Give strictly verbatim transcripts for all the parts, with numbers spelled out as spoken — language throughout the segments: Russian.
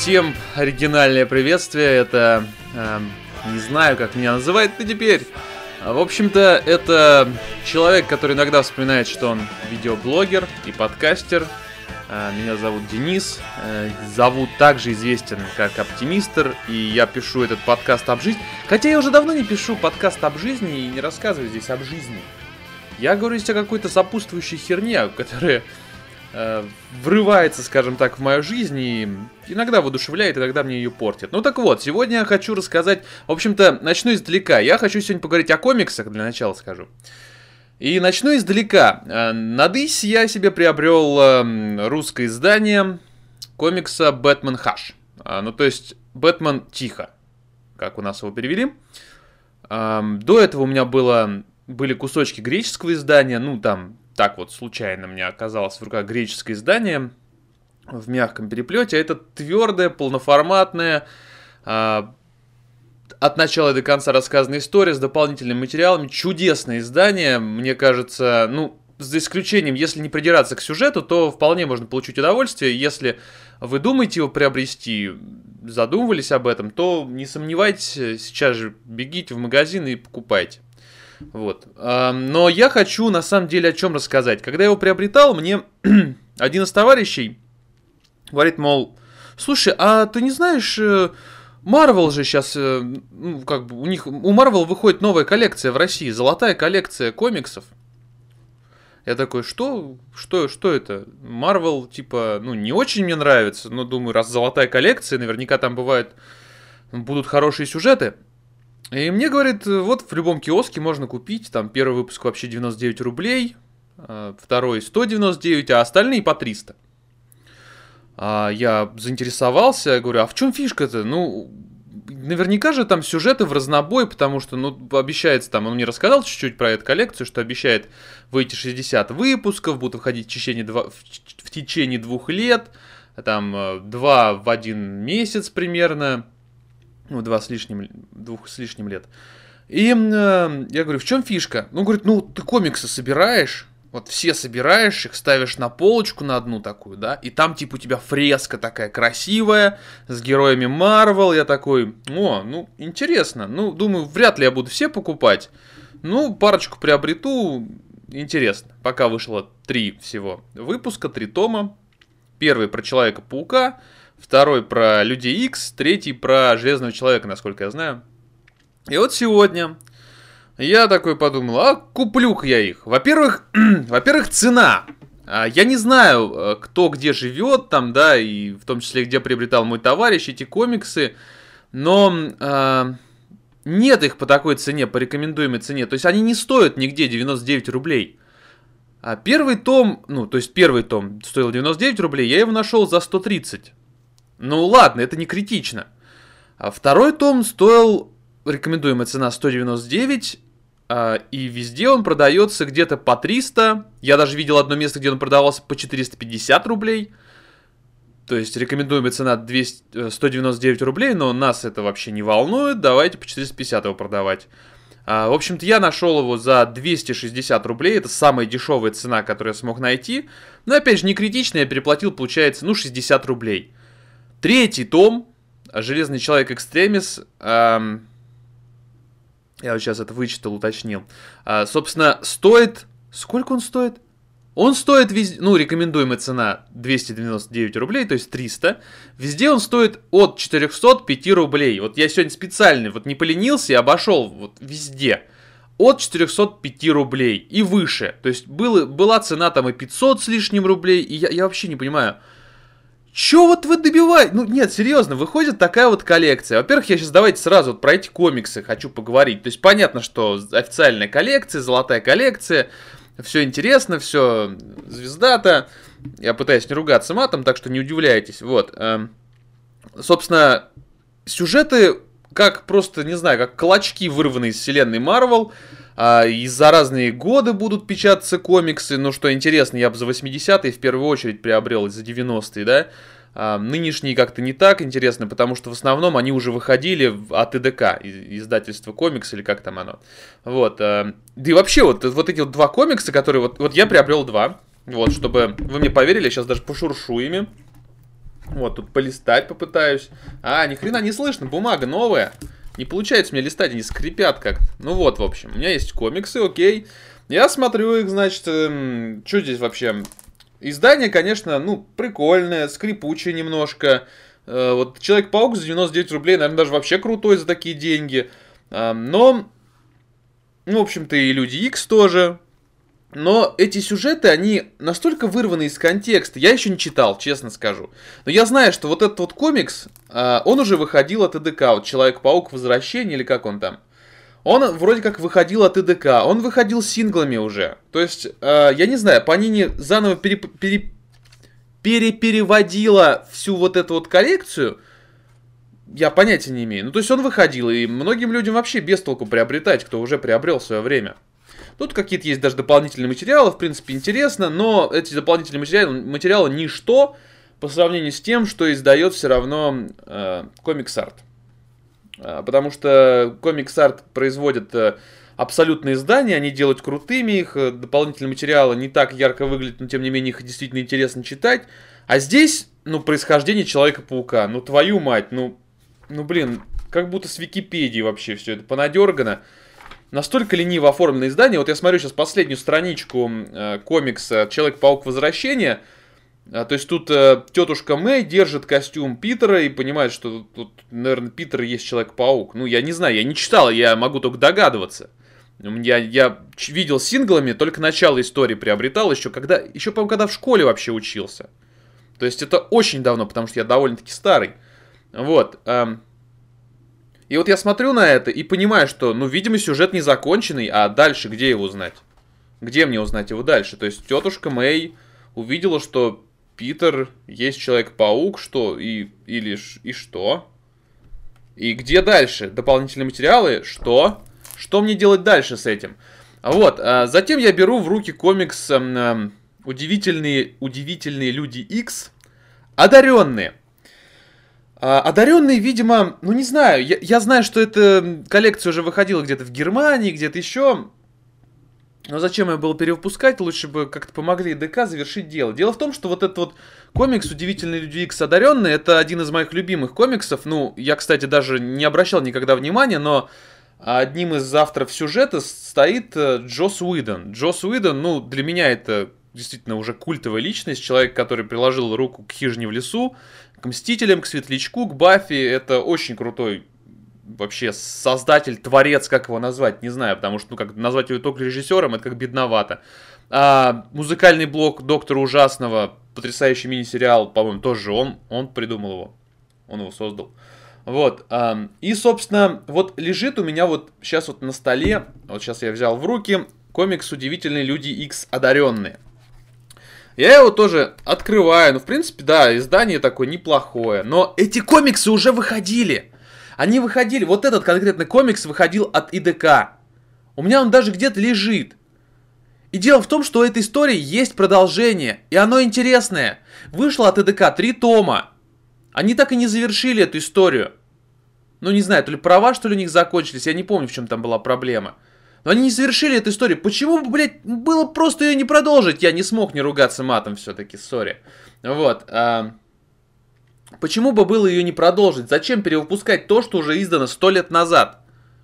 Всем оригинальное приветствие, это, э, не знаю, как меня называют-то теперь. В общем-то, это человек, который иногда вспоминает, что он видеоблогер и подкастер. Э, меня зовут Денис, э, зовут также известен как Оптимистр, и я пишу этот подкаст об жизни. Хотя я уже давно не пишу подкаст об жизни и не рассказываю здесь об жизни. Я говорю здесь о какой-то сопутствующей херне, которая э, врывается, скажем так, в мою жизнь и иногда воодушевляет, иногда мне ее портит. Ну так вот, сегодня я хочу рассказать, в общем-то, начну издалека. Я хочу сегодня поговорить о комиксах, для начала скажу. И начну издалека. На дысь я себе приобрел э, русское издание комикса «Бэтмен Хаш». А, ну то есть «Бэтмен Тихо», как у нас его перевели. А, до этого у меня было... были кусочки греческого издания, ну там так вот случайно мне оказалось в руках греческое издание в мягком переплете, а это твердое, полноформатное, э, от начала до конца рассказанная история с дополнительными материалами, чудесное издание, мне кажется, ну, за исключением, если не придираться к сюжету, то вполне можно получить удовольствие, если вы думаете его приобрести, задумывались об этом, то не сомневайтесь, сейчас же бегите в магазин и покупайте. Вот. Но я хочу на самом деле о чем рассказать. Когда я его приобретал, мне один из товарищей говорит, мол, слушай, а ты не знаешь, Marvel же сейчас, ну, как бы у них, у Marvel выходит новая коллекция в России, золотая коллекция комиксов. Я такой, что, что, что это? Marvel, типа, ну, не очень мне нравится, но думаю, раз золотая коллекция, наверняка там бывают, будут хорошие сюжеты. И мне говорит, вот в любом киоске можно купить, там первый выпуск вообще девяносто девять рублей, второй сто девяносто девять, а остальные по триста. А я заинтересовался, говорю, а в чем фишка-то? Ну, наверняка же там сюжеты в разнобой, потому что, ну, обещается там, он мне рассказал чуть-чуть про эту коллекцию, что обещает выйти шестьдесят выпусков, будут выходить в течение, два, в течение двух лет, там два в один месяц примерно. Ну, два с лишним, двух с лишним лет. И э, я говорю, в чем фишка? Ну, говорит, ну, ты комиксы собираешь, вот все собираешь, их ставишь на полочку на одну такую, да, и там, типа, у тебя фреска такая красивая, с героями Marvel, я такой, о, ну, интересно, ну, думаю, вряд ли я буду все покупать, ну, парочку приобрету, интересно. Пока вышло три всего выпуска, три тома, первый про Человека-паука, второй про Людей Икс, третий про Железного Человека, насколько я знаю. И вот сегодня я такой подумал, а куплю-ка я их. Во-первых, во-первых, цена. Я не знаю, кто где живет там, да, и в том числе, где приобретал мой товарищ эти комиксы, но э, нет их по такой цене, по рекомендуемой цене. То есть они не стоят нигде девяносто девять рублей. А первый том, ну, то есть первый том стоил девяносто девять рублей, я его нашел за сто тридцать. Ну ладно, это не критично. А второй том стоил, рекомендуемая цена сто девяносто девять, а, и везде он продается где-то по триста. Я даже видел одно место, где он продавался по четыреста пятьдесят рублей. То есть рекомендуемая цена двести, сто девяносто девять рублей, но нас это вообще не волнует. Давайте по четыреста пятьдесят его продавать. А, в общем-то, я нашел его за двести шестьдесят рублей. Это самая дешевая цена, которую я смог найти. Но опять же, не критично, я переплатил, получается, ну, шестьдесят рублей. Третий том, Железный Человек Экстремис, эм, я вот сейчас это вычитал, уточнил, э, собственно, стоит, сколько он стоит? Он стоит, везде, ну, рекомендуемая цена двести девяносто девять рублей, то есть триста, везде он стоит от четырехсот пяти рублей, вот я сегодня специально вот не поленился и обошел вот везде, от четырехсот пяти рублей и выше, то есть было, была цена там и пятьсот с лишним рублей, и я, я вообще не понимаю, чё вот вы добиваете? Ну, нет, серьезно, выходит такая вот коллекция. Во-первых, я сейчас давайте сразу вот про эти комиксы хочу поговорить. То есть, понятно, что официальная коллекция, золотая коллекция, все интересно, все звезда-то. Я пытаюсь не ругаться матом, так что не удивляйтесь. Вот. Собственно, сюжеты, как просто, не знаю, как клочки, вырванные из вселенной Marvel. И за разные годы будут печататься комиксы. Ну, что интересно, я бы за восьмидесятые в первую очередь приобрел, и за девяностые, да. А, нынешние как-то не так интересно, потому что в основном они уже выходили от ИДК, издательства комикс, или как там оно. Вот. А, да и вообще, вот, вот эти вот два комикса, которые... Вот, вот я приобрел два. Вот, чтобы вы мне поверили, я сейчас даже пошуршу ими. Вот, тут полистать попытаюсь. А, ни хрена не слышно, бумага новая. Не получается мне листать, они скрипят как-то. Ну вот, в общем, у меня есть комиксы, окей. Я смотрю их, значит, эм, что здесь вообще? Издание, конечно, ну, прикольное, скрипучее немножко. Э, вот Человек-паук за девяносто девять рублей, наверное, даже вообще крутой за такие деньги. Э, но, ну, в общем-то, и Люди Икс тоже. Но эти сюжеты, они настолько вырваны из контекста. Я еще не читал, честно скажу. Но я знаю, что вот этот вот комикс, э, он уже выходил от ТДК. Вот Человек-паук Возвращение, или как он там. Он вроде как выходил от ТДК. Он выходил синглами уже. То есть, э, я не знаю, Панини заново пере, пере, перепереводила всю вот эту вот коллекцию. Я понятия не имею. Ну, то есть, он выходил. И многим людям вообще без толку приобретать, кто уже приобрел в свое время. Тут какие-то есть даже дополнительные материалы. В принципе, интересно. Но эти дополнительные материалы, материалы ничто по сравнению с тем, что издает все равно э, комикс-арт. Потому что комикс-арт производят абсолютные издания, они делают крутыми их, дополнительные материалы не так ярко выглядят, но тем не менее их действительно интересно читать. А здесь, ну, происхождение Человека-паука, ну, твою мать, ну, ну, блин, как будто с Википедии вообще все это понадергано. Настолько лениво оформленное издание. Вот я смотрю сейчас последнюю страничку э, комикса Человек-паук Возвращение. То есть тут э, тетушка Мэй держит костюм Питера и понимает, что тут, тут, наверное, Питер и есть Человек-паук. Ну, я не знаю, я не читал, я могу только догадываться. Я, я видел синглами, только начало истории приобретал еще, когда, еще, по-моему, когда в школе вообще учился. То есть это очень давно, потому что я довольно-таки старый. Вот. Эм. И вот я смотрю на это и понимаю, что, ну, видимо, сюжет не законченный, а дальше где его узнать? Где мне узнать его дальше? То есть тетушка Мэй увидела, что Питер есть Человек-паук, что и или и что? И где дальше? Дополнительные материалы? Что? Что мне делать дальше с этим? Вот, а затем я беру в руки комикс э, удивительные, удивительные Люди Икс, одаренные. А, одаренные, видимо, ну не знаю, я, я знаю, что эта коллекция уже выходила где-то в Германии, где-то еще. Но зачем ее было перевыпускать? Лучше бы как-то помогли ДК завершить дело. Дело в том, что вот этот вот комикс «Удивительные Люди Икс одаренные» — это один из моих любимых комиксов. Ну, я, кстати, даже не обращал никогда внимания, но одним из авторов сюжета стоит Джосс Уидон. Джосс Уидон, ну, для меня это действительно уже культовая личность. Человек, который приложил руку к «Хижине в лесу», к «Мстителям», к «Светлячку», к «Баффи». Это очень крутой вообще создатель, творец, как его назвать, не знаю, потому что, ну, как назвать его только режиссером, это как бедновато. А, музыкальный блок Доктора Ужасного, потрясающий мини-сериал, по-моему, тоже он, он придумал его, он его создал. Вот, а, и, собственно, вот лежит у меня вот сейчас вот на столе, вот сейчас я взял в руки комикс «Удивительные Люди Икс одаренные». Я его тоже открываю, ну, в принципе, да, издание такое неплохое, но эти комиксы уже выходили. Они выходили, вот этот конкретный комикс выходил от ИДК. У меня он даже где-то лежит. И дело в том, что у этой истории есть продолжение, и оно интересное. Вышло от ИДК три тома. Они так и не завершили эту историю. Ну, не знаю, то ли права, что ли, у них закончились, я не помню, в чем там была проблема. Но они не завершили эту историю. Почему бы, блядь, было просто ее не продолжить? Я не смог не ругаться матом все-таки, сори. Вот, а... Почему бы было ее не продолжить? Зачем перевыпускать то, что уже издано сто лет назад?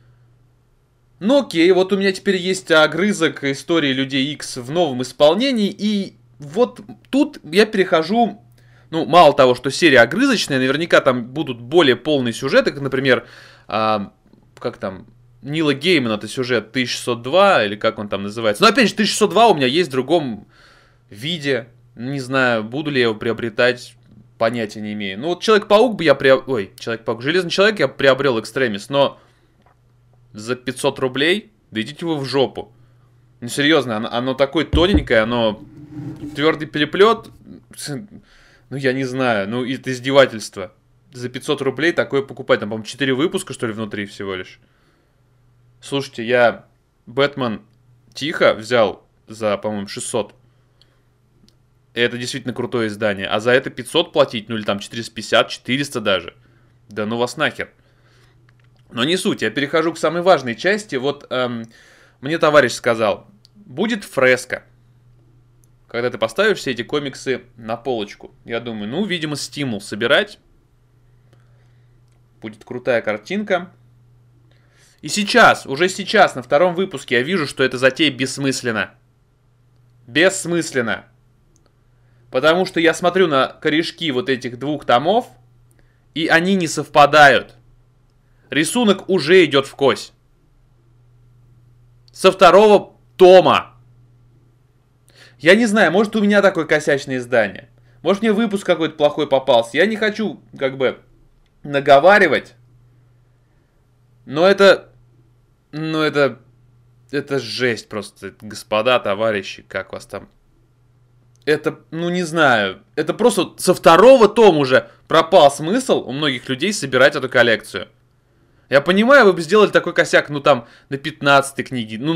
Ну окей, вот у меня теперь есть огрызок истории Людей Икс в новом исполнении. И вот тут я перехожу... Ну, мало того, что серия огрызочная, наверняка там будут более полные сюжеты, как, например, а, как там, Нила Геймана, это сюжет тысяча шестьсот два, или как он там называется. Но опять же, тысяча шестьсот два у меня есть в другом виде. Не знаю, буду ли я его приобретать. Понятия не имею. Ну вот Человек-паук бы я приобрел... Ой, Человек-паук. Железный человек я приобрел экстремис, но за пятьсот рублей? Да идите вы в жопу. Ну серьезно, оно, оно такое тоненькое, оно твердый переплет. Ну я не знаю, ну это издевательство. За пятьсот рублей такое покупать. Там, по-моему, четыре выпуска, что ли, внутри всего лишь. Слушайте, я Бэтмен Тихо взял за, по-моему, шестьсот. Это действительно крутое издание. А за это пятьсот платить, ну или там четыреста пятьдесят, четыреста даже. Да ну вас нахер. Но не суть, я перехожу к самой важной части. Вот эм, мне товарищ сказал, будет фреска. когда ты поставишь все эти комиксы на полочку. Я думаю, ну, видимо, стимул собирать. Будет крутая картинка. И сейчас, уже сейчас, на втором выпуске, я вижу, что эта затея бессмысленна. Бессмысленно. Потому что я смотрю на корешки вот этих двух томов, и они не совпадают. Рисунок уже идет вкось. Со второго тома. Я не знаю, может у меня такое косячное издание. Может мне выпуск какой-то плохой попался. Я не хочу, как бы, наговаривать. Но это... Ну это... Это жесть просто, господа, товарищи, как вас там... Это, ну не знаю, это просто со второго тома уже пропал смысл у многих людей собирать эту коллекцию. Я понимаю, вы бы сделали такой косяк, ну там, на пятнадцатой книге, ну